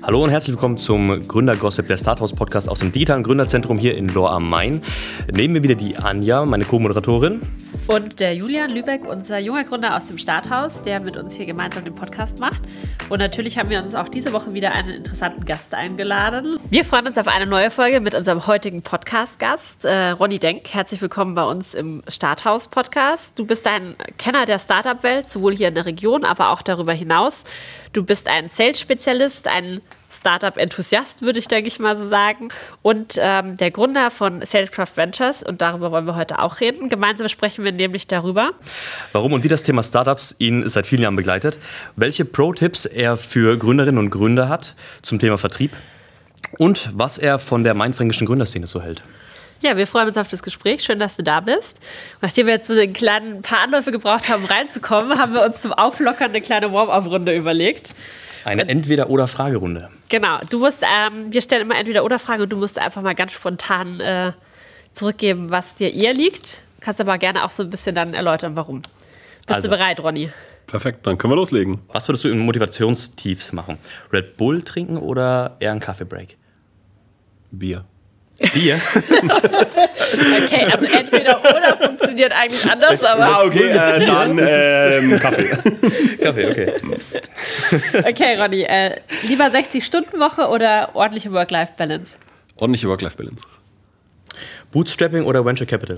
Hallo und herzlich willkommen zum Gründergossip, der Starthouse-Podcast aus dem digitalen Gründerzentrum hier in Lohr am Main. Neben mir wieder die Anja, meine Co-Moderatorin. Und der Julian Lübeck, unser junger Gründer aus dem Starthaus, der mit uns hier gemeinsam den Podcast macht. Und natürlich haben wir uns auch diese Woche wieder einen interessanten Gast eingeladen. Wir freuen uns auf eine neue Folge mit unserem heutigen Podcast-Gast, Ronny Denk. Herzlich willkommen bei uns im Starthaus-Podcast. Du bist ein Kenner der Startup-Welt, sowohl hier in der Region, aber auch darüber hinaus. Du bist ein Sales-Spezialist, ein Startup-Enthusiast, würde ich, denke ich mal so sagen. Und der Gründer von Salescraft Ventures. Und darüber wollen wir heute auch reden. Gemeinsam sprechen wir nämlich darüber, warum und wie das Thema Startups ihn seit vielen Jahren begleitet, welche Pro-Tipps er für Gründerinnen und Gründer hat zum Thema Vertrieb und was er von der mainfränkischen Gründerszene so hält. Ja, wir freuen uns auf das Gespräch. Schön, dass du da bist. Und nachdem wir jetzt so ein paar Anläufe gebraucht haben, um reinzukommen, haben wir uns zum Auflockern eine kleine Warm-up-Runde überlegt. Eine Entweder-oder-Fragerunde. Genau. Wir stellen immer Entweder-oder-Fragen und du musst einfach mal ganz spontan zurückgeben, was dir eher liegt. Kannst aber gerne auch so ein bisschen dann erläutern, warum. Bist du bereit, Ronny? Perfekt, dann können wir loslegen. Was würdest du in Motivationstiefs machen? Red Bull trinken oder eher einen Kaffeebreak? Bier. Bier? Okay, also entweder oder funktioniert eigentlich anders, aber... okay, dann Kaffee. Kaffee, okay. Okay, Ronny, lieber 60-Stunden-Woche oder ordentliche Work-Life-Balance? Ordentliche Work-Life-Balance. Bootstrapping oder Venture Capital?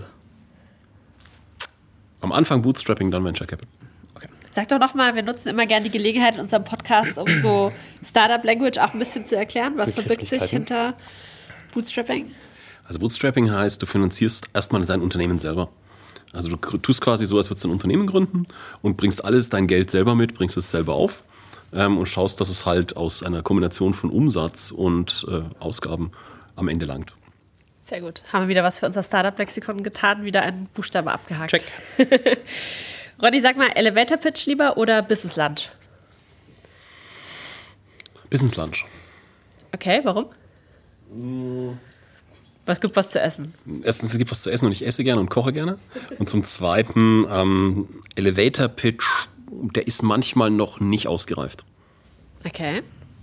Am Anfang Bootstrapping, dann Venture Capital. Okay. Sag doch nochmal, wir nutzen immer gerne die Gelegenheit in unserem Podcast, um so Startup-Language auch ein bisschen zu erklären. Was verbirgt sich hinter Bootstrapping? Also Bootstrapping heißt, du finanzierst erstmal dein Unternehmen selber. Also du tust quasi so, als würdest du ein Unternehmen gründen und bringst alles dein Geld selber mit, bringst es selber auf und schaust, dass es halt aus einer Kombination von Umsatz und Ausgaben am Ende langt. Sehr gut. Haben wir wieder was für unser Startup-Lexikon getan, wieder einen Buchstabe abgehakt. Check. Ronny, sag mal, Elevator Pitch lieber oder Business Lunch? Business Lunch. Okay, warum? Was gibt was zu essen? Erstens, es gibt was zu essen und ich esse gerne und koche gerne. Und zum Zweiten, Elevator Pitch, der ist manchmal noch nicht ausgereift. Okay.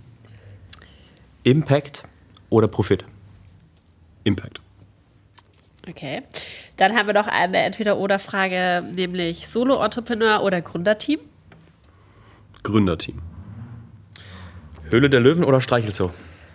Impact oder Profit? Impact. Okay. Dann haben wir noch eine Entweder-oder-Frage, nämlich Solo-Entrepreneur oder Gründerteam? Gründerteam. Höhle der Löwen oder Streichelzoo?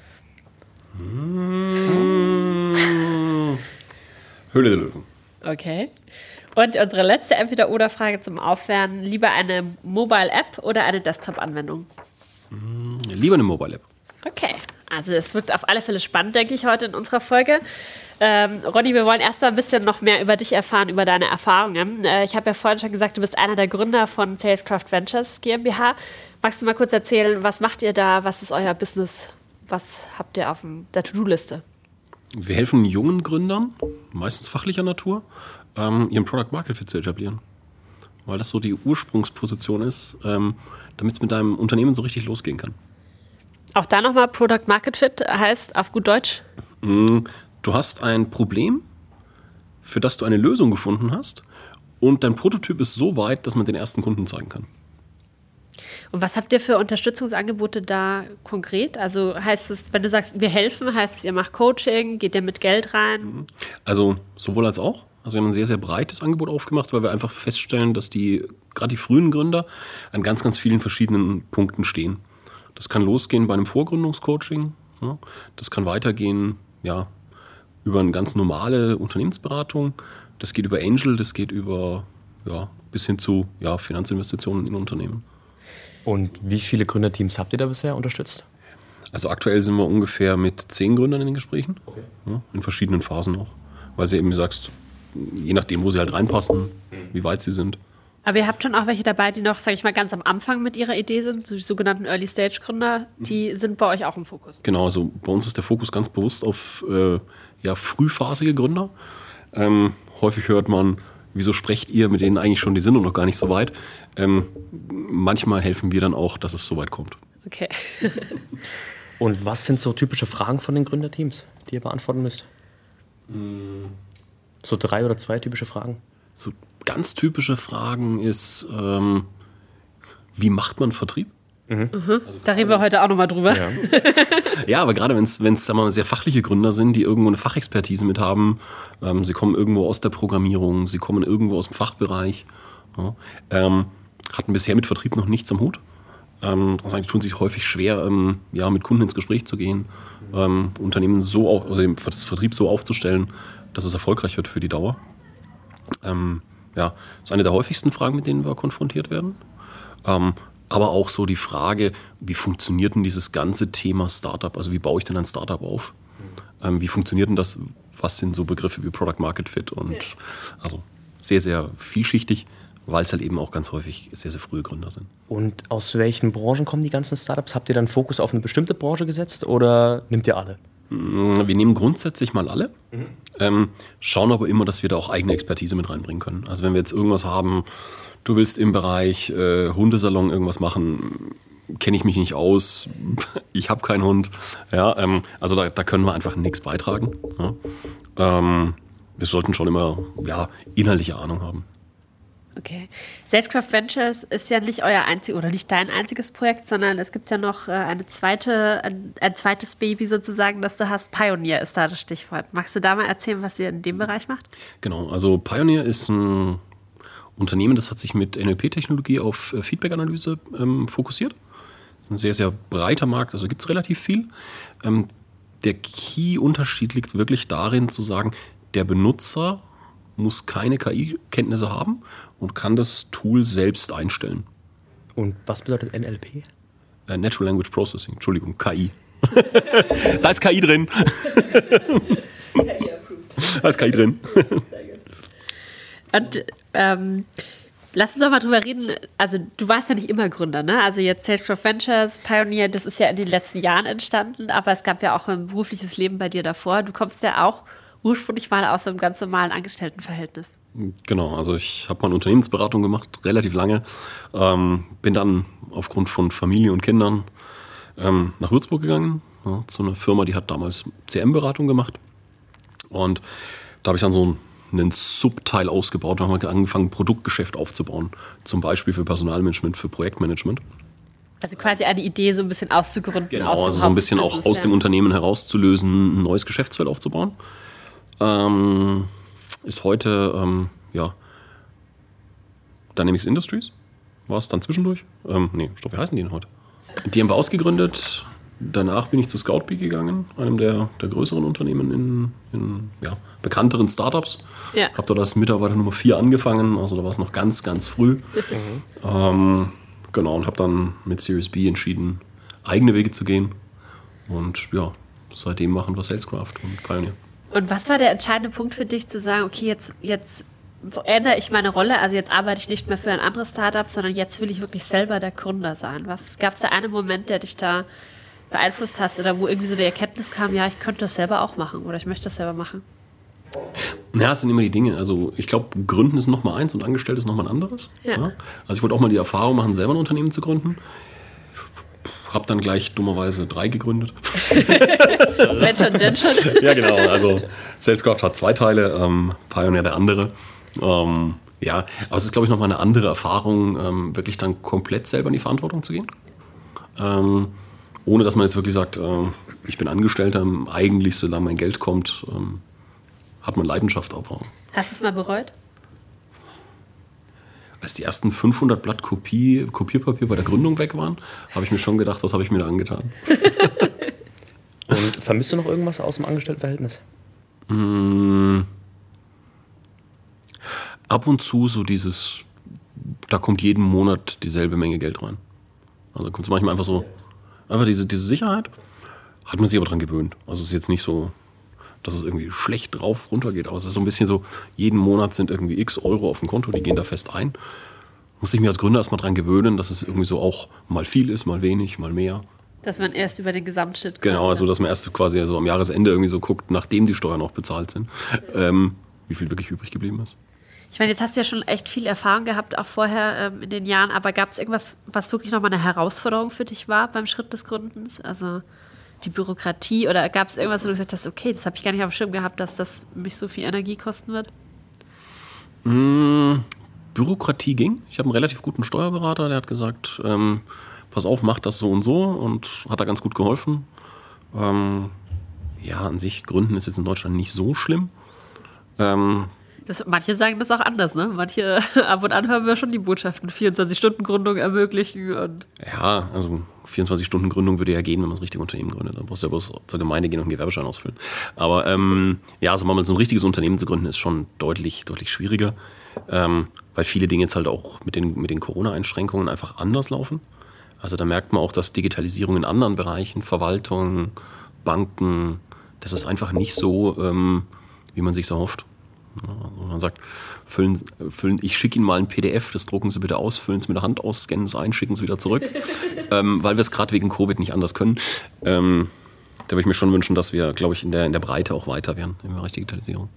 Höhle der Löwen. Okay. Und unsere letzte Entweder-oder-Frage zum Aufwärmen, lieber eine Mobile-App oder eine Desktop-Anwendung? Lieber eine Mobile-App. Okay, also es wird auf alle Fälle spannend, denke ich, heute in unserer Folge. Ronny, wir wollen erstmal ein bisschen noch mehr über dich erfahren, über deine Erfahrungen. Ich habe ja vorhin schon gesagt, du bist einer der Gründer von Salescraft Ventures GmbH. Magst du mal kurz erzählen, was macht ihr da, was ist euer Business, was habt ihr auf der To-Do-Liste? Wir helfen jungen Gründern, meistens fachlicher Natur, ihren Product Market Fit zu etablieren. Weil das so die Ursprungsposition ist, damit es mit deinem Unternehmen so richtig losgehen kann. Auch da nochmal Product Market Fit heißt auf gut Deutsch? Du hast ein Problem, für das du eine Lösung gefunden hast und dein Prototyp ist so weit, dass man den ersten Kunden zeigen kann. Und was habt ihr für Unterstützungsangebote da konkret? Also heißt es, wenn du sagst, wir helfen, heißt es, ihr macht Coaching, geht ihr mit Geld rein? Also sowohl als auch. Also wir haben ein sehr, sehr breites Angebot aufgemacht, weil wir einfach feststellen, dass gerade die frühen Gründer an ganz, ganz vielen verschiedenen Punkten stehen. Das kann losgehen bei einem Vorgründungscoaching. Ja. Das kann weitergehen über eine ganz normale Unternehmensberatung. Das geht über Angel, das geht über bis hin zu Finanzinvestitionen in Unternehmen. Und wie viele Gründerteams habt ihr da bisher unterstützt? Also aktuell sind wir ungefähr mit 10 Gründern in den Gesprächen. Okay. Ja, in verschiedenen Phasen auch. Weil sie eben, wie sagst, je nachdem, wo sie halt reinpassen, wie weit sie sind. Aber ihr habt schon auch welche dabei, die noch, sage ich mal, ganz am Anfang mit ihrer Idee sind, so die sogenannten Early-Stage-Gründer, die sind bei euch auch im Fokus. Genau, also bei uns ist der Fokus ganz bewusst auf frühphasige Gründer. Häufig hört man, wieso sprecht ihr mit denen eigentlich schon, die sind noch gar nicht so weit. Manchmal helfen wir dann auch, dass es so weit kommt. Okay. Und was sind so typische Fragen von den Gründerteams, die ihr beantworten müsst? So 3 oder 2 typische Fragen? So ganz typische Fragen ist, wie macht man Vertrieb? Da reden wir heute auch nochmal drüber. Ja. Ja, aber gerade wenn es sehr fachliche Gründer sind, die irgendwo eine Fachexpertise mit haben, sie kommen irgendwo aus der Programmierung, sie kommen irgendwo aus dem Fachbereich, ja, hatten bisher mit Vertrieb noch nichts am Hut. Also tun sich häufig schwer, mit Kunden ins Gespräch zu gehen, Unternehmen den Vertrieb so aufzustellen, dass es erfolgreich wird für die Dauer. Das ist eine der häufigsten Fragen, mit denen wir konfrontiert werden. Aber auch so die Frage, wie funktioniert denn dieses ganze Thema Startup? Also wie baue ich denn ein Startup auf? Wie funktioniert denn das? Was sind so Begriffe wie Product Market Fit? Und also sehr, sehr vielschichtig, weil es halt eben auch ganz häufig sehr, sehr frühe Gründer sind. Und aus welchen Branchen kommen die ganzen Startups? Habt ihr dann Fokus auf eine bestimmte Branche gesetzt oder nehmt ihr alle? Wir nehmen grundsätzlich mal alle, schauen aber immer, dass wir da auch eigene Expertise mit reinbringen können. Also wenn wir jetzt irgendwas haben, du willst im Bereich Hundesalon irgendwas machen, kenne ich mich nicht aus, ich habe keinen Hund. Ja, also da können wir einfach nichts beitragen. Ja. Wir sollten schon immer inhaltliche Ahnung haben. Okay. Salescraft Ventures ist ja nicht euer nicht dein einziges Projekt, sondern es gibt ja noch ein zweites Baby sozusagen, das du hast. Pioneer ist da das Stichwort. Magst du da mal erzählen, was ihr in dem Bereich macht? Genau, also Pioneer ist ein Unternehmen, das hat sich mit NLP-Technologie auf Feedback-Analyse fokussiert. Das ist ein sehr, sehr breiter Markt, also gibt es relativ viel. Der Key-Unterschied liegt wirklich darin zu sagen, der Benutzer muss keine KI-Kenntnisse haben und kann das Tool selbst einstellen. Und was bedeutet NLP? Natural Language Processing, Entschuldigung, KI. Da ist KI drin. Da ist KI drin. Und lass uns doch mal drüber reden. Also du warst ja nicht immer Gründer, ne? Also jetzt Salescraft Ventures, Pioneer, das ist ja in den letzten Jahren entstanden, aber es gab ja auch ein berufliches Leben bei dir davor. Du kommst ja auch ursprünglich mal aus einem ganz normalen Angestelltenverhältnis. Genau, also ich habe mal Unternehmensberatung gemacht, relativ lange. Bin dann aufgrund von Familie und Kindern nach Würzburg gegangen, zu einer Firma, die hat damals CM-Beratung gemacht. Und da habe ich dann so einen Subteil ausgebaut und haben angefangen, ein Produktgeschäft aufzubauen. Zum Beispiel für Personalmanagement, für Projektmanagement. Also quasi eine Idee so ein bisschen auszugründen. Genau, also so ein bisschen auch aus dem Unternehmen herauszulösen, ein neues Geschäftsfeld aufzubauen. Ist heute, Dynamics Industries, war es dann zwischendurch? Wie heißen die denn heute? Die haben wir ausgegründet. Danach bin ich zu Scoutbee gegangen, einem der größeren Unternehmen in bekannteren Startups. Ja. Habe dort als Mitarbeiter Nummer 4 angefangen, also da war es noch ganz, ganz früh. Und habe dann mit Series B entschieden, eigene Wege zu gehen. Und seitdem machen wir Salescraft und Pioneer. Und was war der entscheidende Punkt für dich, zu sagen, okay, jetzt ändere ich meine Rolle, also jetzt arbeite ich nicht mehr für ein anderes Startup, sondern jetzt will ich wirklich selber der Gründer sein? Gab es da einen Moment, der dich da beeinflusst hast oder wo irgendwie so die Erkenntnis kam, ja, ich könnte das selber auch machen oder ich möchte das selber machen? Ja, es sind immer die Dinge. Also ich glaube, Gründen ist nochmal eins und Angestellt ist nochmal ein anderes. Ja. Also ich wollte auch mal die Erfahrung machen, selber ein Unternehmen zu gründen. Habe dann glich dummerweise 3 gegründet. Wenn schon, denn schon. Ja, genau. Also Salescraft hat 2 Teile, Pioneer der andere. Aber es ist, glaube ich, nochmal eine andere Erfahrung, wirklich dann komplett selber in die Verantwortung zu gehen. Ohne dass man jetzt wirklich sagt, ich bin Angestellter, eigentlich, solange mein Geld kommt, hat man Leidenschaft aufbauen. Hast du es mal bereut? Als die ersten 500 Blatt Kopierpapier bei der Gründung weg waren, habe ich mir schon gedacht, was habe ich mir da angetan. Und vermisst du noch irgendwas aus dem Angestelltenverhältnis? Ab und zu so dieses, da kommt jeden Monat dieselbe Menge Geld rein. Also kommt es manchmal einfach diese Sicherheit, hat man sich aber dran gewöhnt. Also es ist jetzt nicht so, dass es irgendwie schlecht drauf runtergeht, aber es ist so ein bisschen so, jeden Monat sind irgendwie x Euro auf dem Konto, die gehen da fest ein. Muss ich mir als Gründer erstmal dran gewöhnen, dass es irgendwie so auch mal viel ist, mal wenig, mal mehr. Dass man erst über den Gesamtschnitt Genau, also dass man erst quasi so am Jahresende irgendwie so guckt, nachdem die Steuern auch bezahlt sind, wie viel wirklich übrig geblieben ist. Ich meine, jetzt hast du ja schon echt viel Erfahrung gehabt, auch vorher in den Jahren, aber gab es irgendwas, was wirklich nochmal eine Herausforderung für dich war beim Schritt des Gründens? Also die Bürokratie oder gab es irgendwas, wo du gesagt hast, okay, das habe ich gar nicht auf dem Schirm gehabt, dass das mich so viel Energie kosten wird? Bürokratie ging. Ich habe einen relativ guten Steuerberater, der hat gesagt, pass auf, mach das so und hat da ganz gut geholfen. Ja, an sich, Gründen ist jetzt in Deutschland nicht so schlimm. Manche sagen das auch anders, ne? Manche, ab und an hören wir schon die Botschaften, 24-Stunden-Gründung ermöglichen. Und Ja, also 24-Stunden-Gründung würde ja gehen, wenn man das richtige Unternehmen gründet. Dann brauchst du ja bloß zur Gemeinde gehen und einen Gewerbeschein ausfüllen. Aber ja, also mal so ein richtiges Unternehmen zu gründen, ist schon deutlich schwieriger, weil viele Dinge jetzt halt auch mit den Corona-Einschränkungen einfach anders laufen. Also da merkt man auch, dass Digitalisierung in anderen Bereichen, Verwaltung, Banken, das ist einfach nicht so, wie man sich erhofft. Also man sagt, ich schicke Ihnen mal ein PDF, das drucken Sie bitte aus, füllen es mit der Hand aus, scannen es ein, schicken es wieder zurück, weil wir es gerade wegen Covid nicht anders können. Da würde ich mir schon wünschen, dass wir, glaube ich, in der Breite auch weiter werden im Bereich Digitalisierung.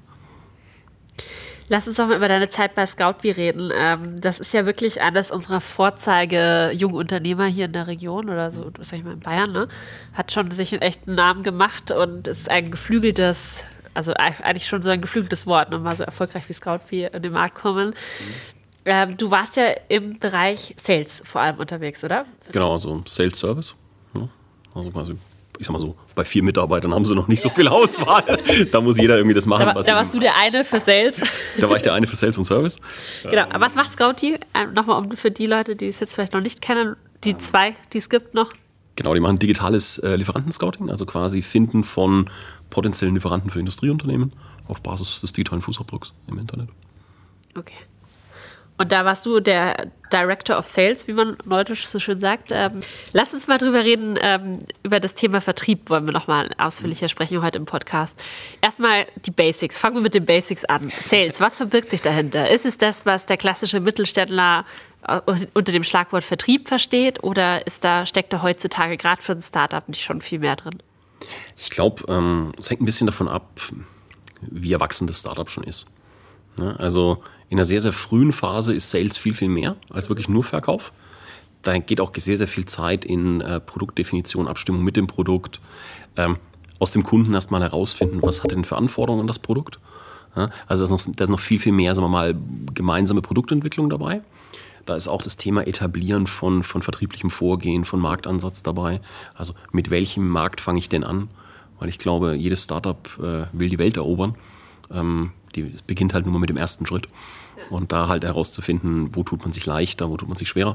lass uns doch mal über deine Zeit bei Scoutbee reden. Das ist ja wirklich eines unserer Vorzeige-Jungunternehmer hier in der Region oder so, sag ich mal in Bayern, ne? Hat schon sich einen echten Namen gemacht und ist ein geflügeltes, also eigentlich schon so ein geflügeltes Wort, nochmal so erfolgreich wie Scoutbee in den Markt kommen. Du warst ja im Bereich Sales vor allem unterwegs, oder? Genau, also Sales Service. Ja. Also quasi, ich sag mal so, bei 4 Mitarbeitern haben sie noch nicht so viel Auswahl. Da muss jeder irgendwie das machen. Da warst du der eine für Sales. Da war ich der eine für Sales und Service. Genau, aber was macht Scoutbee? Nochmal für die Leute, die es jetzt vielleicht noch nicht kennen, die 2, die es gibt noch. Genau, die machen digitales Lieferantenscouting, also quasi Finden von potenziellen Lieferanten für Industrieunternehmen auf Basis des digitalen Fußabdrucks im Internet. Okay. Und da warst du der Director of Sales, wie man neudeutsch so schön sagt. Lass uns mal drüber reden, über das Thema Vertrieb wollen wir nochmal ausführlicher sprechen heute im Podcast. Erstmal die Basics. Fangen wir mit den Basics an. Sales, was verbirgt sich dahinter? Ist es das, was der klassische Mittelständler unter dem Schlagwort Vertrieb versteht, oder steckt da heutzutage gerade für ein Startup nicht schon viel mehr drin? Ich glaube, es hängt ein bisschen davon ab, wie erwachsen das Startup schon ist. Ne? Also in einer sehr, sehr frühen Phase ist Sales viel mehr als wirklich nur Verkauf. Da geht auch sehr, sehr viel Zeit in Produktdefinition, Abstimmung mit dem Produkt, aus dem Kunden erstmal herausfinden, was hat denn für Anforderungen an das Produkt. Ja? Also da ist noch viel mehr, sagen wir mal, gemeinsame Produktentwicklung dabei. Da ist auch das Thema Etablieren von vertrieblichem Vorgehen, von Marktansatz dabei. Also mit welchem Markt fange ich denn an? Weil ich glaube, jedes Startup will die Welt erobern. Es beginnt halt nur mal mit dem ersten Schritt. Und da halt herauszufinden, wo tut man sich leichter, wo tut man sich schwerer.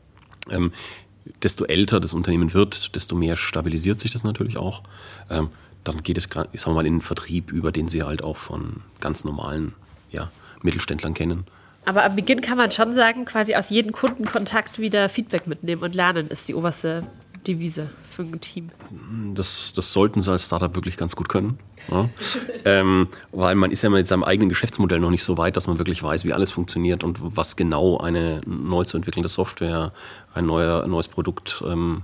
Desto älter das Unternehmen wird, desto mehr stabilisiert sich das natürlich auch. Dann geht es, sagen wir mal, in den Vertrieb über, den Sie halt auch von ganz normalen Mittelständlern kennen. Aber am Beginn kann man schon sagen, quasi aus jedem Kundenkontakt wieder Feedback mitnehmen und lernen ist die oberste Devise für ein Team. Das sollten Sie als Startup wirklich ganz gut können. Ja? Weil man ist ja mit seinem eigenen Geschäftsmodell noch nicht so weit, dass man wirklich weiß, wie alles funktioniert und was genau eine neu zu entwickelnde Software, ein neues Produkt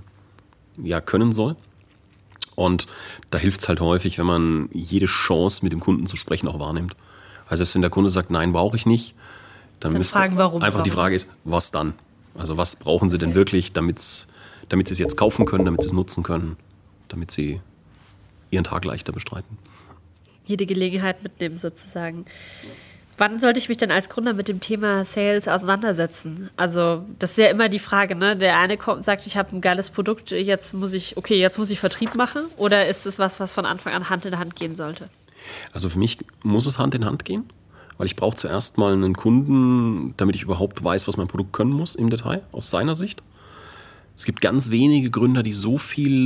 können soll. Und da hilft es halt häufig, wenn man jede Chance, mit dem Kunden zu sprechen, auch wahrnimmt. Also selbst wenn der Kunde sagt, nein, brauche ich nicht, dann müsste fragen, warum. Die Frage ist, was dann? Also was brauchen Sie denn wirklich, damit Sie es jetzt kaufen können, damit Sie es nutzen können, damit Sie Ihren Tag leichter bestreiten? Jede Gelegenheit mitnehmen sozusagen. Wann sollte ich mich denn als Gründer mit dem Thema Sales auseinandersetzen? Also das ist ja immer die Frage, ne? Der eine kommt und sagt, ich habe ein geiles Produkt, jetzt muss ich Vertrieb machen, oder ist es was von Anfang an Hand in Hand gehen sollte? Also für mich muss es Hand in Hand gehen, weil ich brauche zuerst mal einen Kunden, damit ich überhaupt weiß, was mein Produkt können muss im Detail, aus seiner Sicht. Es gibt ganz wenige Gründer, die so viel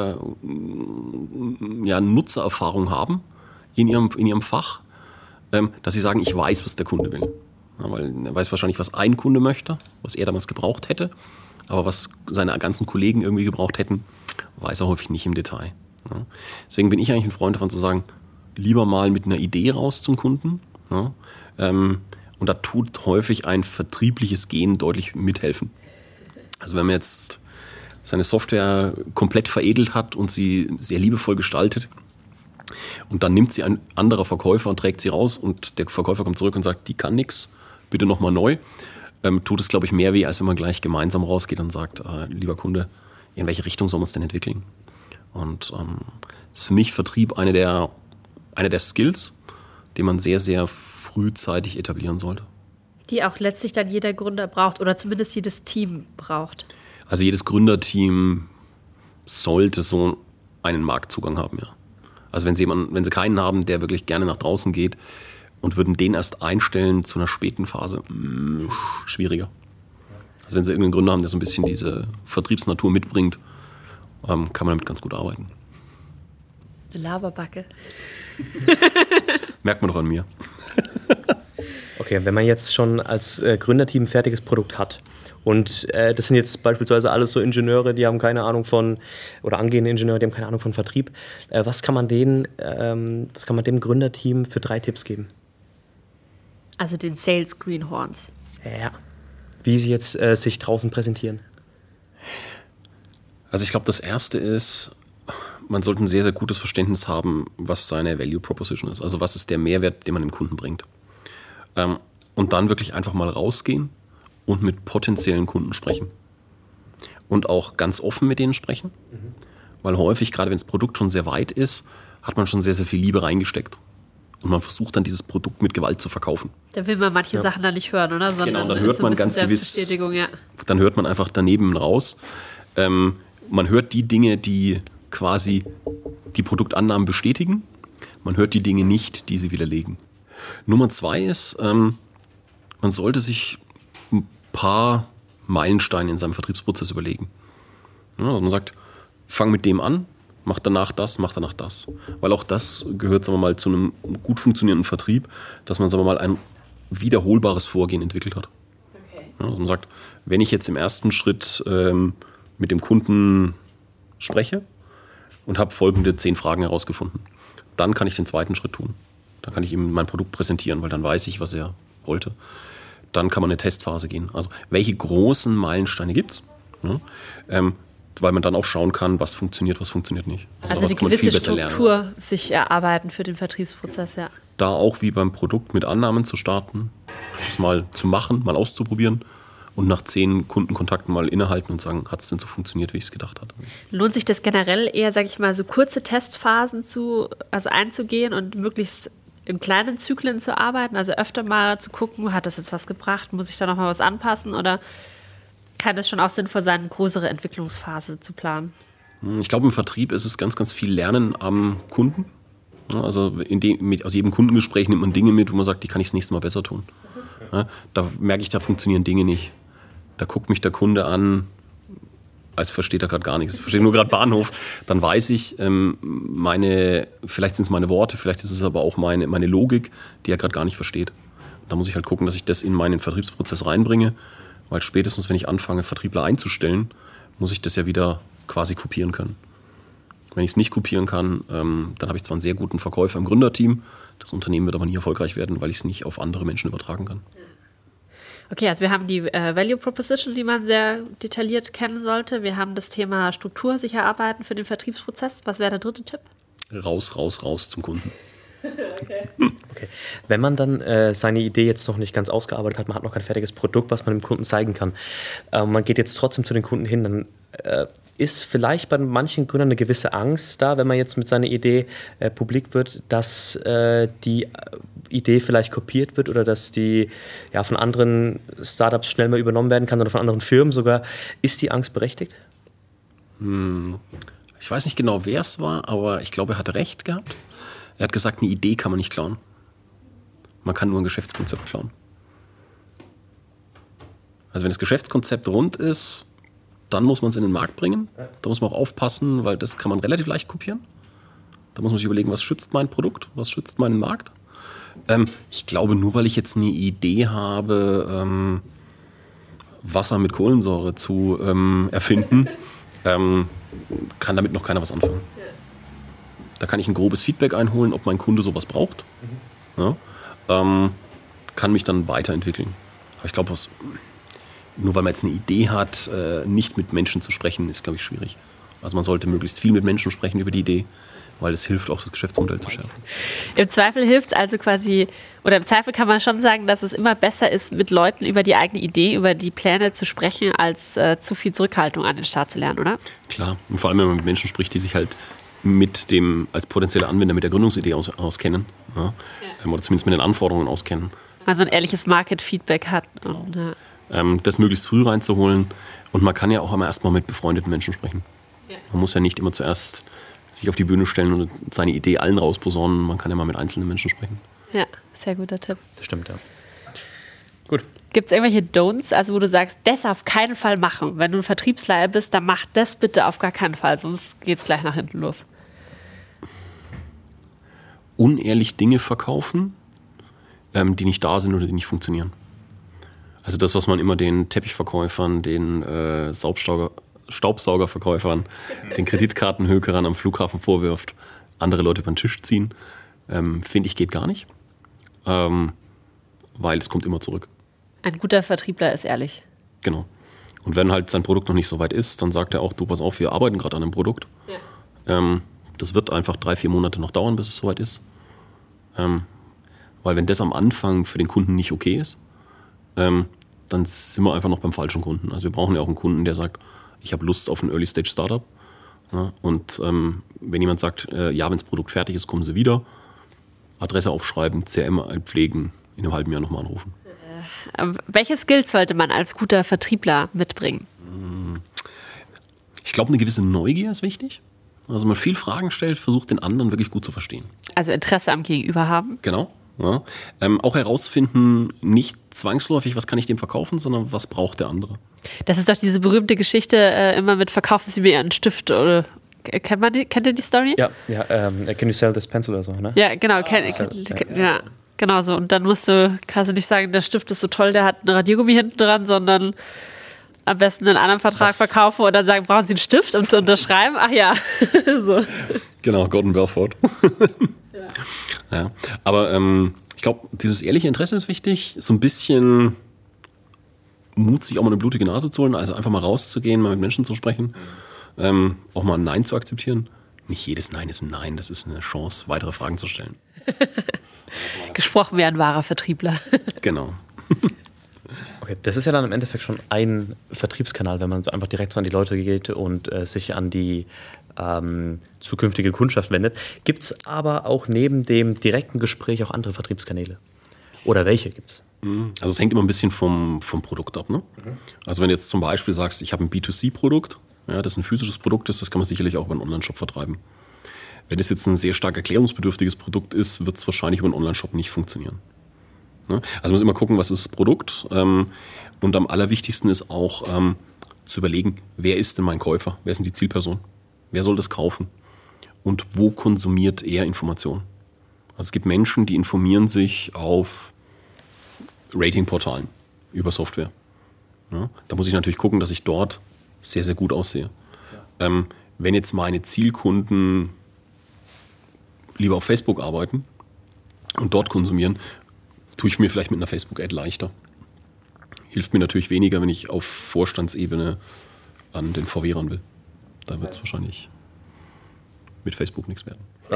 Nutzererfahrung haben in ihrem Fach, dass sie sagen, ich weiß, was der Kunde will. Ja, weil er weiß wahrscheinlich, was ein Kunde möchte, was er damals gebraucht hätte, aber was seine ganzen Kollegen irgendwie gebraucht hätten, weiß er häufig nicht im Detail. Ja. Deswegen bin ich eigentlich ein Freund davon zu sagen, lieber mal mit einer Idee raus zum Kunden. Ja, und da tut häufig ein vertriebliches Gehen deutlich mithelfen. Also wenn man jetzt seine Software komplett veredelt hat und sie sehr liebevoll gestaltet und dann nimmt sie ein anderer Verkäufer und trägt sie raus und der Verkäufer kommt zurück und sagt, die kann nix, bitte nochmal neu, tut es, glaube ich, mehr weh, als wenn man gleich gemeinsam rausgeht und sagt, lieber Kunde, in welche Richtung soll man es denn entwickeln? Und ist für mich Vertrieb eine der Skills, die man sehr, sehr frühzeitig etablieren sollte. Die auch letztlich dann jeder Gründer braucht oder zumindest jedes Team braucht. Also jedes Gründerteam sollte so einen Marktzugang haben, ja. Also wenn sie keinen haben, der wirklich gerne nach draußen geht und würden den erst einstellen zu einer späten Phase, schwieriger. Also wenn sie irgendeinen Gründer haben, der so ein bisschen diese Vertriebsnatur mitbringt, kann man damit ganz gut arbeiten. Eine Laberbacke. Merkt man doch an mir. Okay, wenn man jetzt schon als Gründerteam ein fertiges Produkt hat und das sind jetzt beispielsweise alles so Ingenieure, die haben keine Ahnung von, oder angehende Ingenieure, die haben keine Ahnung von Vertrieb, was kann man dem Gründerteam für 3 Tipps geben? Also den Sales Greenhorns. Ja. Wie sie jetzt sich draußen präsentieren. Also ich glaube, das Erste ist, man sollte ein sehr, sehr gutes Verständnis haben, was seine Value Proposition ist. Also was ist der Mehrwert, den man dem Kunden bringt. Und dann wirklich einfach mal rausgehen und mit potenziellen Kunden sprechen. Und auch ganz offen mit denen sprechen. Weil häufig, gerade wenn das Produkt schon sehr weit ist, hat man schon sehr, sehr viel Liebe reingesteckt. Und man versucht dann, dieses Produkt mit Gewalt zu verkaufen. Da will man manche Sachen dann nicht hören, oder? Sondern genau, dann hört man ganz gewiss, dann hört man einfach daneben raus. Man hört die Dinge, die quasi die Produktannahmen bestätigen. Man hört die Dinge nicht, die sie widerlegen. Nummer 2 ist, man sollte sich ein paar Meilensteine in seinem Vertriebsprozess überlegen. Ja, also man sagt, fang mit dem an, mach danach das. Weil auch das gehört, sagen wir mal, zu einem gut funktionierenden Vertrieb, dass man, sagen wir mal, ein wiederholbares Vorgehen entwickelt hat. Okay. Ja, also man sagt, wenn ich jetzt im ersten Schritt mit dem Kunden spreche und habe folgende 10 Fragen herausgefunden, dann kann ich den zweiten Schritt tun. Dann kann ich ihm mein Produkt präsentieren, weil dann weiß ich, was er wollte. Dann kann man in eine Testphase gehen. Also welche großen Meilensteine gibt es? Ja, weil man dann auch schauen kann, was funktioniert nicht. Also eine gewisse Struktur sich erarbeiten für den Vertriebsprozess, ja. Da auch wie beim Produkt mit Annahmen zu starten, das mal zu machen, mal auszuprobieren und nach 10 Kundenkontakten mal innehalten und sagen, hat es denn so funktioniert, wie ich es gedacht hatte? Lohnt sich das generell eher, sage ich mal, so kurze Testphasen einzugehen und möglichst in kleinen Zyklen zu arbeiten, also öfter mal zu gucken, hat das jetzt was gebracht, muss ich da nochmal was anpassen oder kann es schon auch sinnvoll sein, eine größere Entwicklungsphase zu planen? Ich glaube, im Vertrieb ist es ganz, ganz viel Lernen am Kunden. Also aus jedem Kundengespräch nimmt man Dinge mit, wo man sagt, die kann ich das nächste Mal besser tun. Ja, da merke ich, da funktionieren Dinge nicht. Da guckt mich der Kunde an, als versteht er gerade gar nichts. Versteht nur gerade Bahnhof. Dann weiß ich, vielleicht sind es meine Worte, vielleicht ist es aber auch meine Logik, die er gerade gar nicht versteht. Da muss ich halt gucken, dass ich das in meinen Vertriebsprozess reinbringe, weil spätestens, wenn ich anfange, Vertriebler einzustellen, muss ich das ja wieder quasi kopieren können. Wenn ich es nicht kopieren kann, dann habe ich zwar einen sehr guten Verkäufer im Gründerteam, das Unternehmen wird aber nie erfolgreich werden, weil ich es nicht auf andere Menschen übertragen kann. Okay, also wir haben die Value Proposition, die man sehr detailliert kennen sollte. Wir haben das Thema Struktur sich erarbeiten für den Vertriebsprozess. Was wäre der 3. Tipp? Raus zum Kunden. Okay. Wenn man dann seine Idee jetzt noch nicht ganz ausgearbeitet hat, man hat noch kein fertiges Produkt, was man dem Kunden zeigen kann, man geht jetzt trotzdem zu den Kunden hin, dann ist vielleicht bei manchen Gründern eine gewisse Angst da, wenn man jetzt mit seiner Idee publik wird, dass die Idee vielleicht kopiert wird oder dass die von anderen Startups schnell mal übernommen werden kann oder von anderen Firmen sogar. Ist die Angst berechtigt? Ich weiß nicht genau, wer es war, aber ich glaube, er hatte recht gehabt. Er hat gesagt, eine Idee kann man nicht klauen. Man kann nur ein Geschäftskonzept klauen. Also wenn das Geschäftskonzept rund ist, dann muss man es in den Markt bringen. Da muss man auch aufpassen, weil das kann man relativ leicht kopieren. Da muss man sich überlegen, was schützt mein Produkt, was schützt meinen Markt. Ich glaube, nur weil ich jetzt eine Idee habe, Wasser mit Kohlensäure zu erfinden, kann damit noch keiner was anfangen. Da kann ich ein grobes Feedback einholen, ob mein Kunde sowas braucht. Ja, kann mich dann weiterentwickeln. Aber ich glaube, nur weil man jetzt eine Idee hat, nicht mit Menschen zu sprechen, ist, glaube ich, schwierig. Also man sollte möglichst viel mit Menschen sprechen über die Idee, weil es hilft, auch das Geschäftsmodell zu schärfen. Im Zweifel hilft es also quasi, oder im Zweifel kann man schon sagen, dass es immer besser ist, mit Leuten über die eigene Idee, über die Pläne zu sprechen, als zu viel Zurückhaltung an den Start zu lernen, oder? Klar, und vor allem, wenn man mit Menschen spricht, die sich halt als potenzielle Anwender mit der Gründungsidee auskennen. Ja? Oder zumindest mit den Anforderungen auskennen. Also ein ehrliches Market-Feedback hat. Und, das möglichst früh reinzuholen. Und man kann ja auch immer erstmal mit befreundeten Menschen sprechen. Ja. Man muss ja nicht immer zuerst sich auf die Bühne stellen und seine Idee allen rausposaunen. Man kann ja mal mit einzelnen Menschen sprechen. Ja, sehr guter Tipp. Das stimmt, ja. Gut. Gibt es irgendwelche Don'ts, also wo du sagst, das auf keinen Fall machen? Wenn du ein Vertriebsleiter bist, dann mach das bitte auf gar keinen Fall, sonst geht es gleich nach hinten los. Unehrlich Dinge verkaufen, die nicht da sind oder die nicht funktionieren. Also das, was man immer den Teppichverkäufern, den Staubsaugerverkäufern, den Kreditkartenhökerern am Flughafen vorwirft, andere Leute über den Tisch ziehen, finde ich, geht gar nicht. Weil es kommt immer zurück. Ein guter Vertriebler ist ehrlich. Genau. Und wenn halt sein Produkt noch nicht so weit ist, dann sagt er auch, du, pass auf, wir arbeiten gerade an einem Produkt. Ja. Das wird einfach 3-4 Monate noch dauern, bis es soweit ist. Weil wenn das am Anfang für den Kunden nicht okay ist, dann sind wir einfach noch beim falschen Kunden. Also wir brauchen ja auch einen Kunden, der sagt, ich habe Lust auf ein Early-Stage-Startup. Ja, und wenn jemand sagt, ja, wenn das Produkt fertig ist, kommen Sie wieder, Adresse aufschreiben, CRM einpflegen, in einem halben Jahr nochmal anrufen. Welche Skills sollte man als guter Vertriebler mitbringen? Ich glaube, eine gewisse Neugier ist wichtig. Also man viel Fragen stellt, versucht den anderen wirklich gut zu verstehen. Also Interesse am Gegenüber haben. Genau. Ja. Auch herausfinden, nicht zwangsläufig, was kann ich dem verkaufen, sondern was braucht der andere. Das ist doch diese berühmte Geschichte, immer mit verkaufen Sie mir einen Stift oder kennt ihr die Story? Ja, can you sell this pencil oder so, ne? Ja, genau, ja, genau so. Und dann kannst du nicht sagen, der Stift ist so toll, der hat ein Radiergummi hinten dran, sondern am besten einen anderen Vertrag verkaufen oder sagen, brauchen Sie einen Stift, um zu unterschreiben? Ach ja, so. Genau, Gordon Belfort. Ja. Aber ich glaube, dieses ehrliche Interesse ist wichtig. So ein bisschen Mut, sich auch mal eine blutige Nase zu holen, also einfach mal rauszugehen, mal mit Menschen zu sprechen, auch mal ein Nein zu akzeptieren. Nicht jedes Nein ist ein Nein, das ist eine Chance, weitere Fragen zu stellen. Gesprochen wie ein wahrer Vertriebler. Genau. Okay, das ist ja dann im Endeffekt schon ein Vertriebskanal, wenn man so einfach direkt so an die Leute geht und sich an die zukünftige Kundschaft wendet. Gibt es aber auch neben dem direkten Gespräch auch andere Vertriebskanäle? Oder welche gibt es? Also es hängt immer ein bisschen vom Produkt ab. Ne? Also wenn du jetzt zum Beispiel sagst, ich habe ein B2C-Produkt, ja, das ein physisches Produkt ist, das kann man sicherlich auch über einen Online-Shop vertreiben. Wenn es jetzt ein sehr stark erklärungsbedürftiges Produkt ist, wird es wahrscheinlich über einen Online-Shop nicht funktionieren. Ne? Also man muss immer gucken, was ist das Produkt. Und am allerwichtigsten ist auch zu überlegen, wer ist denn mein Käufer? Wer ist denn die Zielperson? Wer soll das kaufen? Und wo konsumiert er Informationen? Also es gibt Menschen, die informieren sich auf Ratingportalen über Software. Ja, da muss ich natürlich gucken, dass ich dort sehr, sehr gut aussehe. Ja. Wenn jetzt meine Zielkunden lieber auf Facebook arbeiten und dort konsumieren, tue ich mir vielleicht mit einer Facebook-Ad leichter. Hilft mir natürlich weniger, wenn ich auf Vorstandsebene an den VW ran will. Da wird es wahrscheinlich mit Facebook nichts werden. Ja.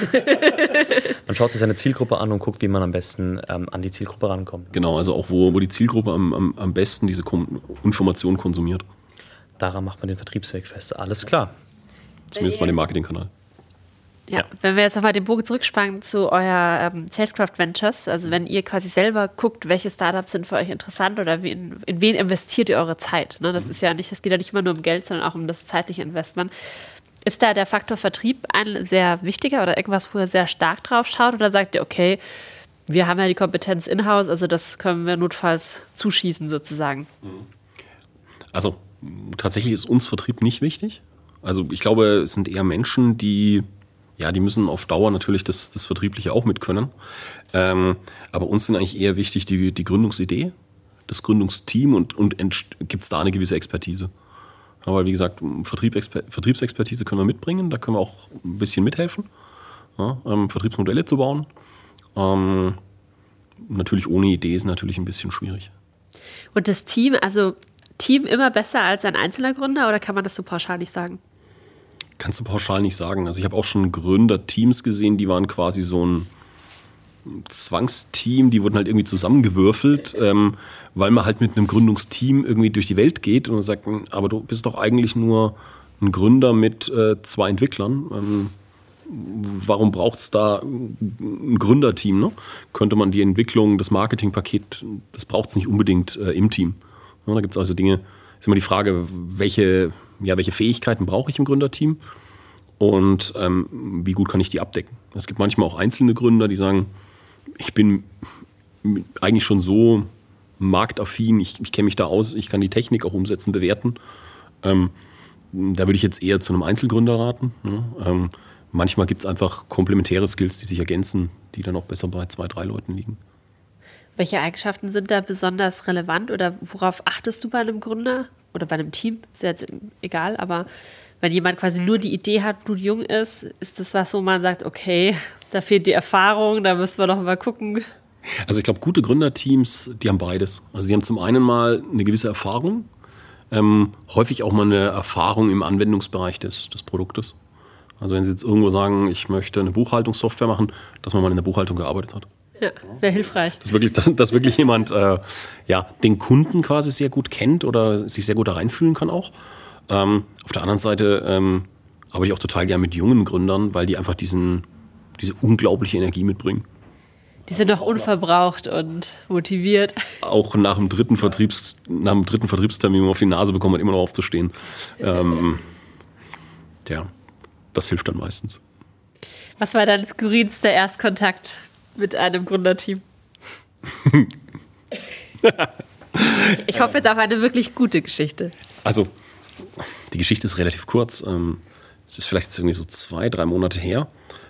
Man schaut sich seine Zielgruppe an und guckt, wie man am besten an die Zielgruppe rankommt. Genau, also auch wo die Zielgruppe am besten diese Informationen konsumiert. Daran macht man den Vertriebsweg fest. Alles klar. Zumindest bei dem Marketingkanal. Ja, wenn wir jetzt nochmal den Bogen zurückspannen zu euer Salescraft Ventures, also wenn ihr quasi selber guckt, welche Startups sind für euch interessant oder in wen investiert ihr eure Zeit? Ne? Das ist ja nicht, es geht ja nicht immer nur um Geld, sondern auch um das zeitliche Investment. Ist da der Faktor Vertrieb ein sehr wichtiger oder irgendwas, wo ihr sehr stark drauf schaut? Oder sagt ihr, okay, wir haben ja die Kompetenz in-house, also das können wir notfalls zuschießen sozusagen? Also tatsächlich ist uns Vertrieb nicht wichtig. Also ich glaube, es sind eher Menschen, die müssen auf Dauer natürlich das Vertriebliche auch mit können. Aber uns sind eigentlich eher wichtig die Gründungsidee, das Gründungsteam und gibt es da eine gewisse Expertise. Aber wie gesagt, Vertriebsexpertise können wir mitbringen, da können wir auch ein bisschen mithelfen, Vertriebsmodelle zu bauen. Natürlich ohne Idee ist natürlich ein bisschen schwierig. Und das Team, also Team immer besser als ein einzelner Gründer oder kann man das so pauschal nicht sagen? Kannst du pauschal nicht sagen. Also ich habe auch schon Gründerteams gesehen, die waren quasi so ein Zwangsteam, die wurden halt irgendwie zusammengewürfelt, weil man halt mit einem Gründungsteam irgendwie durch die Welt geht und sagt, aber du bist doch eigentlich nur ein Gründer mit 2 Entwicklern. Warum braucht es da ein Gründerteam? Ne? Könnte man die Entwicklung, das Marketingpaket, das braucht es nicht unbedingt im Team. Ja, da gibt es also Dinge, ist immer die Frage, welche Fähigkeiten brauche ich im Gründerteam und wie gut kann ich die abdecken. Es gibt manchmal auch einzelne Gründer, die sagen, ich bin eigentlich schon so marktaffin, ich kenne mich da aus, ich kann die Technik auch umsetzen, bewerten. Da würde ich jetzt eher zu einem Einzelgründer raten. Ne? Manchmal gibt es einfach komplementäre Skills, die sich ergänzen, die dann auch besser bei 2, 3 Leuten liegen. Welche Eigenschaften sind da besonders relevant oder worauf achtest du bei einem Gründer oder bei einem Team? Ist ja jetzt egal, aber wenn jemand quasi nur die Idee hat, blutjung ist, ist das was, wo man sagt, okay, da fehlt die Erfahrung, da müssen wir doch mal gucken. Also ich glaube, gute Gründerteams, die haben beides. Also die haben zum einen mal eine gewisse Erfahrung, häufig auch mal eine Erfahrung im Anwendungsbereich des Produktes. Also wenn Sie jetzt irgendwo sagen, ich möchte eine Buchhaltungssoftware machen, dass man mal in der Buchhaltung gearbeitet hat. Ja, wäre hilfreich. Dass wirklich jemand den Kunden quasi sehr gut kennt oder sich sehr gut da reinfühlen kann auch. Auf der anderen Seite arbeite ich auch total gern mit jungen Gründern, weil die einfach diese unglaubliche Energie mitbringen. Die sind noch unverbraucht und motiviert. Auch nach dem dritten Vertriebstermin, wo man auf die Nase bekommt, immer noch aufzustehen. Das hilft dann meistens. Was war dein skurrilster Erstkontakt mit einem Gründerteam? Ich hoffe jetzt auf eine wirklich gute Geschichte. Also, die Geschichte ist relativ kurz. Es ist vielleicht irgendwie so 2, 3 Monate her.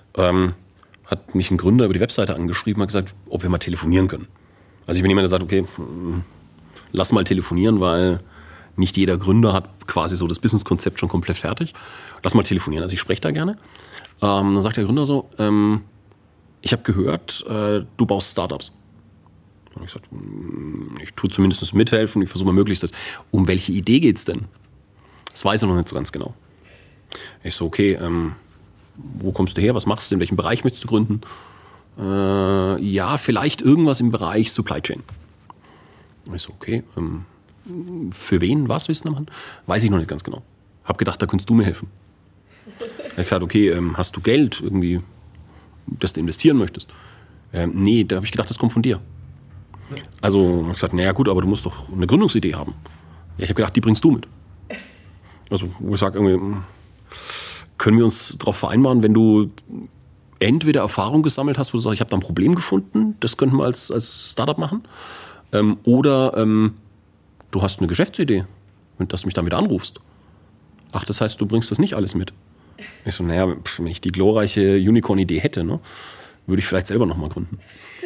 Hat mich ein Gründer über die Webseite angeschrieben und hat gesagt, ob wir mal telefonieren können. Also ich bin jemand, der sagt, okay, lass mal telefonieren, weil nicht jeder Gründer hat quasi so das Businesskonzept schon komplett fertig. Lass mal telefonieren. Also ich spreche da gerne. Dann sagt der Gründer so, ich habe gehört, du baust Startups. Und ich gesagt, ich tue zumindest mithelfen, ich versuche mal möglichst das. Um welche Idee geht's denn? Das weiß er noch nicht so ganz genau. Ich so, okay, wo kommst du her, was machst du, in welchem Bereich möchtest du gründen? Ja, vielleicht irgendwas im Bereich Supply Chain. Ich so, okay, für wen, was willst du machen? Weiß ich noch nicht ganz genau. Hab gedacht, da könntest du mir helfen. Ich habe gesagt, okay, hast du Geld irgendwie, das du investieren möchtest? Nee, da habe ich gedacht, das kommt von dir. Also habe ich gesagt, naja gut, aber du musst doch eine Gründungsidee haben. Ja, ich habe gedacht, die bringst du mit. Also wo ich sage, irgendwie, können wir uns darauf vereinbaren, wenn du entweder Erfahrung gesammelt hast, wo du sagst, ich habe da ein Problem gefunden, das könnten wir als Startup machen, oder du hast eine Geschäftsidee, dass du mich damit anrufst. Ach, das heißt, du bringst das nicht alles mit. Ich so, naja, wenn ich die glorreiche Unicorn-Idee hätte, ne, würde ich vielleicht selber nochmal gründen.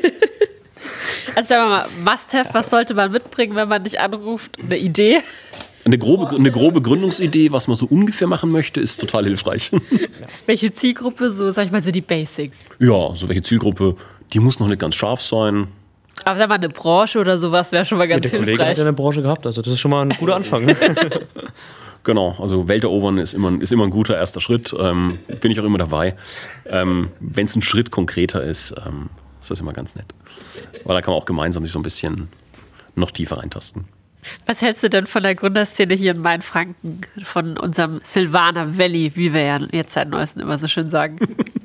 Also sagen wir mal, Must-have, was sollte man mitbringen, wenn man dich anruft? Eine Idee? Eine grobe Gründungsidee, was man so ungefähr machen möchte, ist total hilfreich. Welche Zielgruppe, so sag ich mal so die Basics? Ja, so welche Zielgruppe, die muss noch nicht ganz scharf sein. Aber sag mal, eine Branche oder sowas wäre schon mal ganz hilfreich. Der Kollege hat ja eine Branche gehabt, also das ist schon mal ein guter Anfang. Genau, also Welt erobern ist immer ein guter erster Schritt, bin ich auch immer dabei. Wenn es ein Schritt konkreter ist das immer ganz nett. Weil da kann man auch gemeinsam sich so ein bisschen noch tiefer reintasten. Was hältst du denn von der Gründerszene hier in Mainfranken, von unserem Silvaner Valley, wie wir ja jetzt seit Neuestem immer so schön sagen?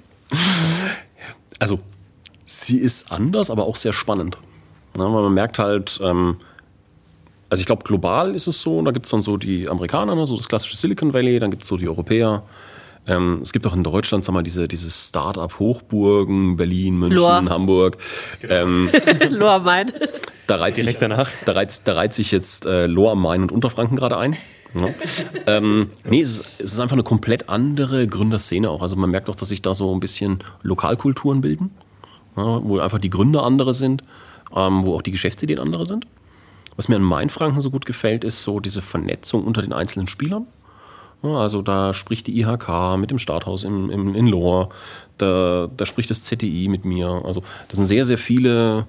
Also, sie ist anders, aber auch sehr spannend. Ja, weil man merkt halt, also ich glaube, global ist es so, da gibt es dann so die Amerikaner, ne, so das klassische Silicon Valley, dann gibt es so die Europäer. Es gibt auch in Deutschland, sag mal, diese Start-up-Hochburgen, Berlin, München, Lohr. Hamburg. Lohr am Main. Da reiht sich jetzt Lohr am Main und Unterfranken gerade ein. Ja. Nee, es ist einfach eine komplett andere Gründerszene auch. Also man merkt auch, dass sich da so ein bisschen Lokalkulturen bilden, ja, wo einfach die Gründer andere sind, wo auch die Geschäftsideen andere sind. Was mir in Mainfranken so gut gefällt, ist so diese Vernetzung unter den einzelnen Spielern. Ja, also da spricht die IHK mit dem Starthaus in Lohr, da spricht das ZDI mit mir. Also das sind sehr, sehr viele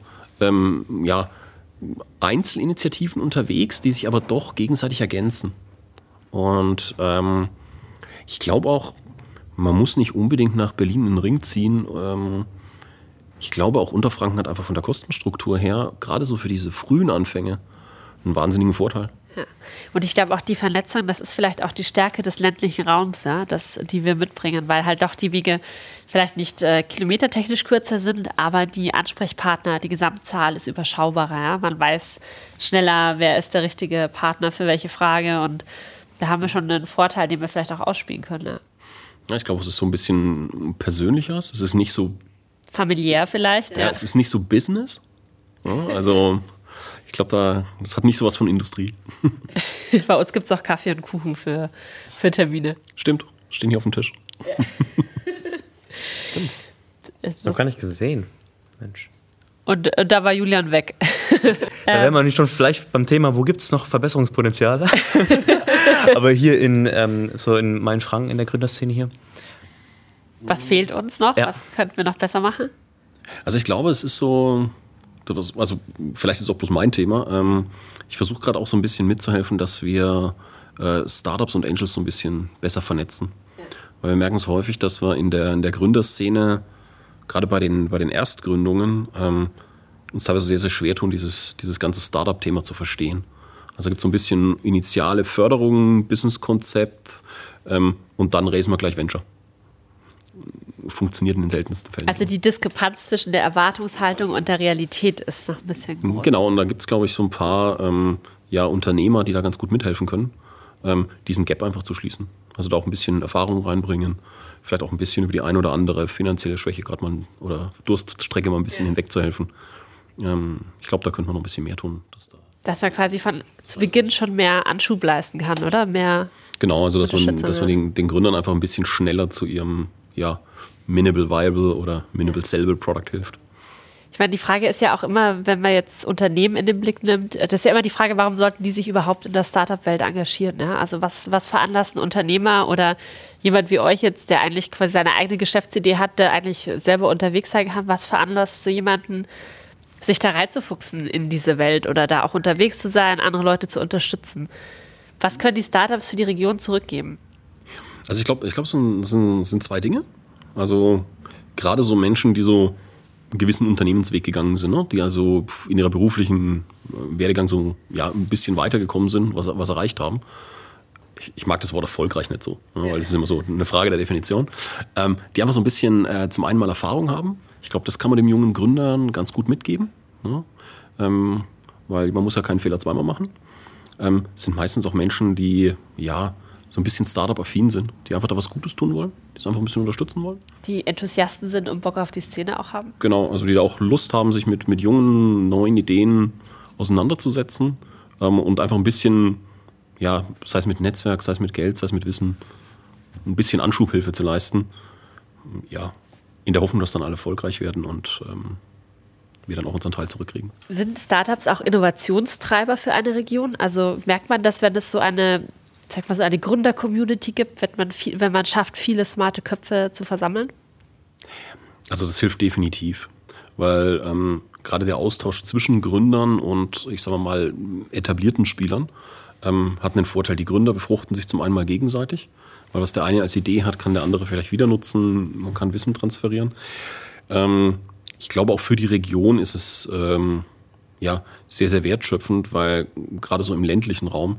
Einzelinitiativen unterwegs, die sich aber doch gegenseitig ergänzen. Und ich glaube auch, man muss nicht unbedingt nach Berlin in den Ring ziehen. Ich glaube auch Unterfranken hat einfach von der Kostenstruktur her, gerade so für diese frühen Anfänge, einen wahnsinnigen Vorteil. Ja. Und ich glaube auch die Vernetzung, das ist vielleicht auch die Stärke des ländlichen Raums, ja, die wir mitbringen, weil halt doch die Wege vielleicht nicht kilometertechnisch kürzer sind, aber die Ansprechpartner, die Gesamtzahl ist überschaubarer. Ja? Man weiß schneller, wer ist der richtige Partner für welche Frage, und da haben wir schon einen Vorteil, den wir vielleicht auch ausspielen können. Ja, ja, ich glaube, es ist so ein bisschen persönlicher. Es ist nicht so familiär vielleicht. Ja, es ist nicht so Business. Ja, also ich glaube, das hat nicht so was von Industrie. Bei uns gibt es auch Kaffee und Kuchen für Termine. Stimmt, stehen hier auf dem Tisch. Ja. Noch gar nicht gesehen. Mensch. Und da war Julian weg. Da wären wir nicht schon vielleicht beim Thema, wo gibt es noch Verbesserungspotenziale? Aber hier in Mainfranken, in der Gründerszene hier. Was fehlt uns noch? Ja. Was könnten wir noch besser machen? Also ich glaube, es ist so, also vielleicht ist es auch bloß mein Thema. Ich versuche gerade auch so ein bisschen mitzuhelfen, dass wir Startups und Angels so ein bisschen besser vernetzen. Ja. Weil wir merken es häufig, dass wir in der Gründerszene, gerade bei den Erstgründungen, uns teilweise sehr, sehr schwer tun, dieses ganze Startup-Thema zu verstehen. Also gibt es so ein bisschen initiale Förderung, Businesskonzept und dann raisen wir gleich Venture. Funktioniert in den seltensten Fällen. Also die Diskrepanz zwischen der Erwartungshaltung und der Realität ist noch ein bisschen groß. Genau, und da gibt es, glaube ich, so ein paar Unternehmer, die da ganz gut mithelfen können, diesen Gap einfach zu schließen. Also da auch ein bisschen Erfahrung reinbringen, vielleicht auch ein bisschen über die ein oder andere finanzielle Schwäche gerade mal oder Durststrecke mal ein bisschen hinwegzuhelfen. Ich glaube, da könnte man noch ein bisschen mehr tun. Dass man quasi zu Beginn schon mehr Anschub leisten kann, oder? Mehr genau, also dass man den Gründern einfach ein bisschen schneller zu ihrem Minimal Viable oder Minimal Sellable Product hilft. Ich meine, die Frage ist ja auch immer, wenn man jetzt Unternehmen in den Blick nimmt, das ist ja immer die Frage, warum sollten die sich überhaupt in der Startup-Welt engagieren? Ja? Also was veranlasst ein Unternehmer oder jemand wie euch jetzt, der eigentlich quasi seine eigene Geschäftsidee hat, der eigentlich selber unterwegs sein kann, was veranlasst so jemanden, sich da reinzufuchsen in diese Welt oder da auch unterwegs zu sein, andere Leute zu unterstützen? Was können die Startups für die Region zurückgeben? Also ich glaube, es sind zwei Dinge. Also gerade so Menschen, die so einen gewissen Unternehmensweg gegangen sind, ne? Die also in ihrer beruflichen Werdegang so ein bisschen weitergekommen sind, was erreicht haben. Ich mag das Wort erfolgreich nicht so, ne? Weil das ist immer so eine Frage der Definition. Die einfach so ein bisschen zum einen mal Erfahrung haben. Ich glaube, das kann man dem jungen Gründern ganz gut mitgeben, ne? Weil man muss ja keinen Fehler zweimal machen. Sind meistens auch Menschen, die so ein bisschen Startup-affin sind, die einfach da was Gutes tun wollen, die es einfach ein bisschen unterstützen wollen. Die Enthusiasten sind und Bock auf die Szene auch haben. Genau, also die da auch Lust haben, sich mit jungen, neuen Ideen auseinanderzusetzen und einfach ein bisschen, sei es mit Netzwerk, sei es mit Geld, sei es mit Wissen, ein bisschen Anschubhilfe zu leisten. In der Hoffnung, dass dann alle erfolgreich werden und wir dann auch unseren Teil zurückkriegen. Sind Startups auch Innovationstreiber für eine Region? Also merkt man das, wenn es so eine Gründer-Community gibt, wenn man schafft, viele smarte Köpfe zu versammeln? Also das hilft definitiv, weil gerade der Austausch zwischen Gründern und, ich sage mal, etablierten Spielern hat einen Vorteil. Die Gründer befruchten sich zum einen mal gegenseitig, weil was der eine als Idee hat, kann der andere vielleicht wieder nutzen, man kann Wissen transferieren. Ich glaube, auch für die Region ist es sehr, sehr wertschöpfend, weil gerade so im ländlichen Raum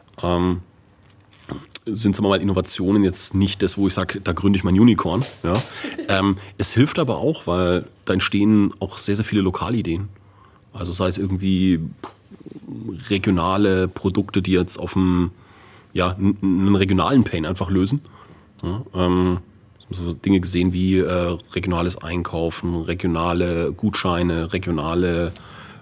sind, sagen wir mal, Innovationen jetzt nicht das, wo ich sage, da gründe ich mein Unicorn. Ja. Es hilft aber auch, weil da entstehen auch sehr, sehr viele Lokalideen. Also sei es irgendwie regionale Produkte, die jetzt auf einen regionalen Pain einfach lösen. Ja, so Dinge gesehen wie regionales Einkaufen, regionale Gutscheine, regionale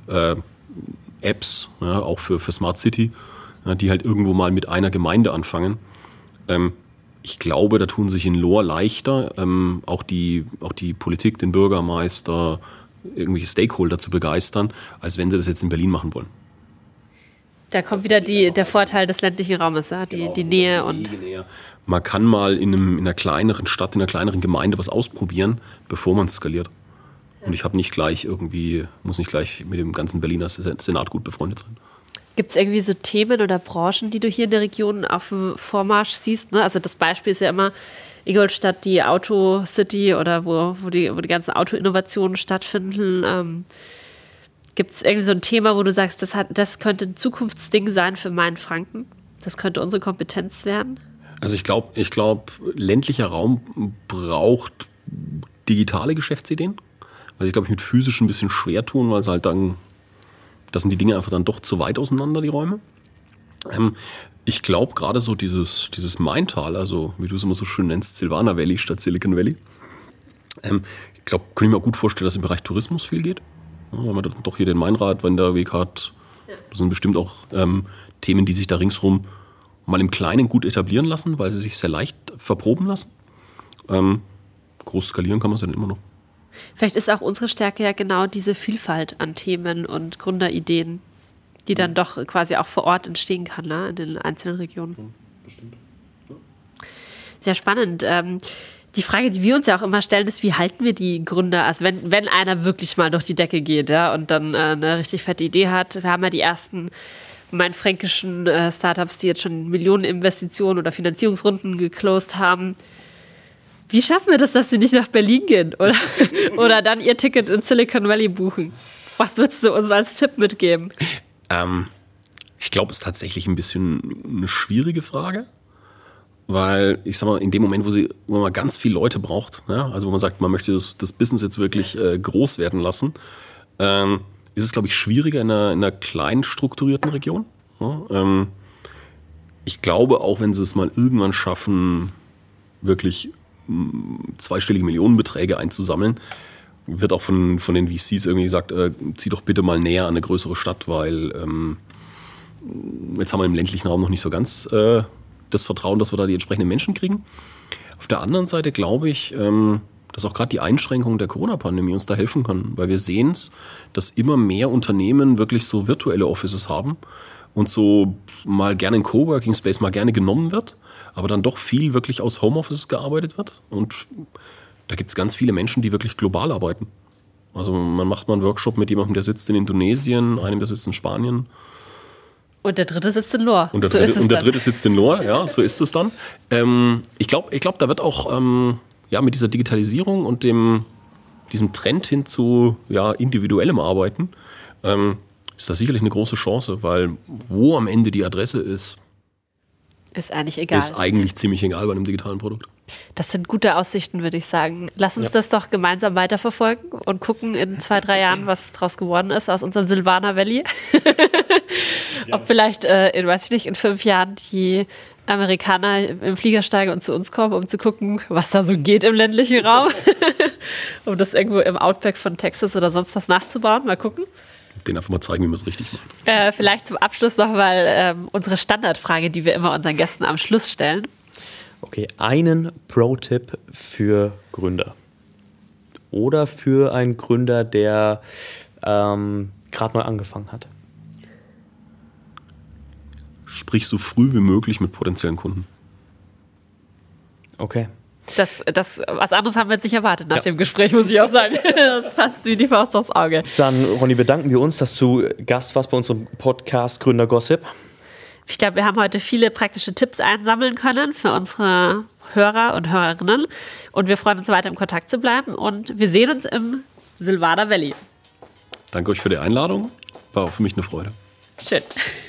Apps, auch für Smart City, die halt irgendwo mal mit einer Gemeinde anfangen. Ich glaube, da tun sich in Lohr leichter, auch die Politik, den Bürgermeister, irgendwelche Stakeholder zu begeistern, als wenn sie das jetzt in Berlin machen wollen. Da kommt wieder der Vorteil des ländlichen Raumes, die Nähe. Man kann mal in einer kleineren Stadt, in einer kleineren Gemeinde was ausprobieren, bevor man es skaliert. Und ich muss nicht gleich mit dem ganzen Berliner Senat gut befreundet sein. Gibt es irgendwie so Themen oder Branchen, die du hier in der Region auf dem Vormarsch siehst? Ne? Also das Beispiel ist ja immer Ingolstadt, die Auto-City oder wo die ganzen Auto-Innovationen stattfinden. Gibt es irgendwie so ein Thema, wo du sagst, das könnte ein Zukunftsding sein für Mainfranken? Das könnte unsere Kompetenz werden? Also ich glaube, ländlicher Raum braucht digitale Geschäftsideen. Also ich glaube, ich mit physisch ein bisschen schwer tun, weil es halt dann, das sind die Dinge einfach dann doch zu weit auseinander, die Räume. Ich glaube gerade so dieses Maintal, also wie du es immer so schön nennst, Silvana Valley statt Silicon Valley. Ich glaube, könnte ich mir auch gut vorstellen, dass im Bereich Tourismus viel geht. Ja, weil man doch hier den Mainrad-Wanderweg hat. Das sind bestimmt auch Themen, die sich da ringsrum mal im Kleinen gut etablieren lassen, weil sie sich sehr leicht verproben lassen. Groß skalieren kann man es dann immer noch. Vielleicht ist auch unsere Stärke ja genau diese Vielfalt an Themen und Gründerideen, die dann doch quasi auch vor Ort entstehen kann, ne, in den einzelnen Regionen. Ja, bestimmt. Ja. Sehr spannend. Die Frage, die wir uns ja auch immer stellen, ist, wie halten wir die Gründer, also wenn einer wirklich mal durch die Decke geht, ja, und dann eine richtig fette Idee hat. Wir haben ja die ersten mainfränkischen Startups, die jetzt schon Millionen Investitionen oder Finanzierungsrunden geclosed haben. Wie schaffen wir das, dass sie nicht nach Berlin gehen oder dann ihr Ticket in Silicon Valley buchen? Was würdest du uns als Tipp mitgeben? Ich glaube, es ist tatsächlich ein bisschen eine schwierige Frage, weil ich sag mal, in dem Moment, wo man ganz viele Leute braucht, ja, also wo man sagt, man möchte das Business jetzt wirklich groß werden lassen, ist es, glaube ich, schwieriger in einer klein strukturierten Region. Ja, ich glaube, auch wenn sie es mal irgendwann schaffen, wirklich zweistellige Millionenbeträge einzusammeln, wird auch von den VCs irgendwie gesagt, zieh doch bitte mal näher an eine größere Stadt, weil jetzt haben wir im ländlichen Raum noch nicht so ganz das Vertrauen, dass wir da die entsprechenden Menschen kriegen. Auf der anderen Seite glaube ich, dass auch gerade die Einschränkungen der Corona-Pandemie uns da helfen können, weil wir sehen es, dass immer mehr Unternehmen wirklich so virtuelle Offices haben und so mal gerne ein Coworking Space mal gerne genommen wird, aber dann doch viel wirklich aus Homeoffices gearbeitet wird. Und da gibt es ganz viele Menschen, die wirklich global arbeiten. Also man macht mal einen Workshop mit jemandem, der sitzt in Indonesien, einem, der sitzt in Spanien. Und der dritte sitzt in Lohr. Und der dritte sitzt in Lohr, ja, so ist es dann. Ich glaub, da wird auch mit dieser Digitalisierung und diesem Trend hin zu individuellem Arbeiten, ist das sicherlich eine große Chance, weil wo am Ende die Adresse ist eigentlich egal. Ist eigentlich ziemlich egal bei einem digitalen Produkt. Das sind gute Aussichten, würde ich sagen. Lass uns das doch gemeinsam weiterverfolgen und gucken in 2-3 Jahren, was draus geworden ist aus unserem Silvana Valley. Ob vielleicht, in 5 Jahren die Amerikaner im Flieger steigen und zu uns kommen, um zu gucken, was da so geht im ländlichen Raum. Um das irgendwo im Outback von Texas oder sonst was nachzubauen. Mal gucken. Den einfach mal zeigen, wie man es richtig macht. Vielleicht zum Abschluss noch mal unsere Standardfrage, die wir immer unseren Gästen am Schluss stellen. Okay, einen Pro-Tipp für Gründer. Oder für einen Gründer, der gerade neu angefangen hat. Sprich so früh wie möglich mit potenziellen Kunden. Okay. Was anderes haben wir jetzt nicht erwartet nach dem Gespräch, muss ich auch sagen. Das passt wie die Faust aufs Auge. Dann, Ronny, bedanken wir uns, dass du Gast warst bei unserem Podcast Gründer Gossip. Ich glaube, wir haben heute viele praktische Tipps einsammeln können für unsere Hörer und Hörerinnen. Und wir freuen uns, weiter im Kontakt zu bleiben. Und wir sehen uns im Silvana Valley. Danke euch für die Einladung. War auch für mich eine Freude. Schön.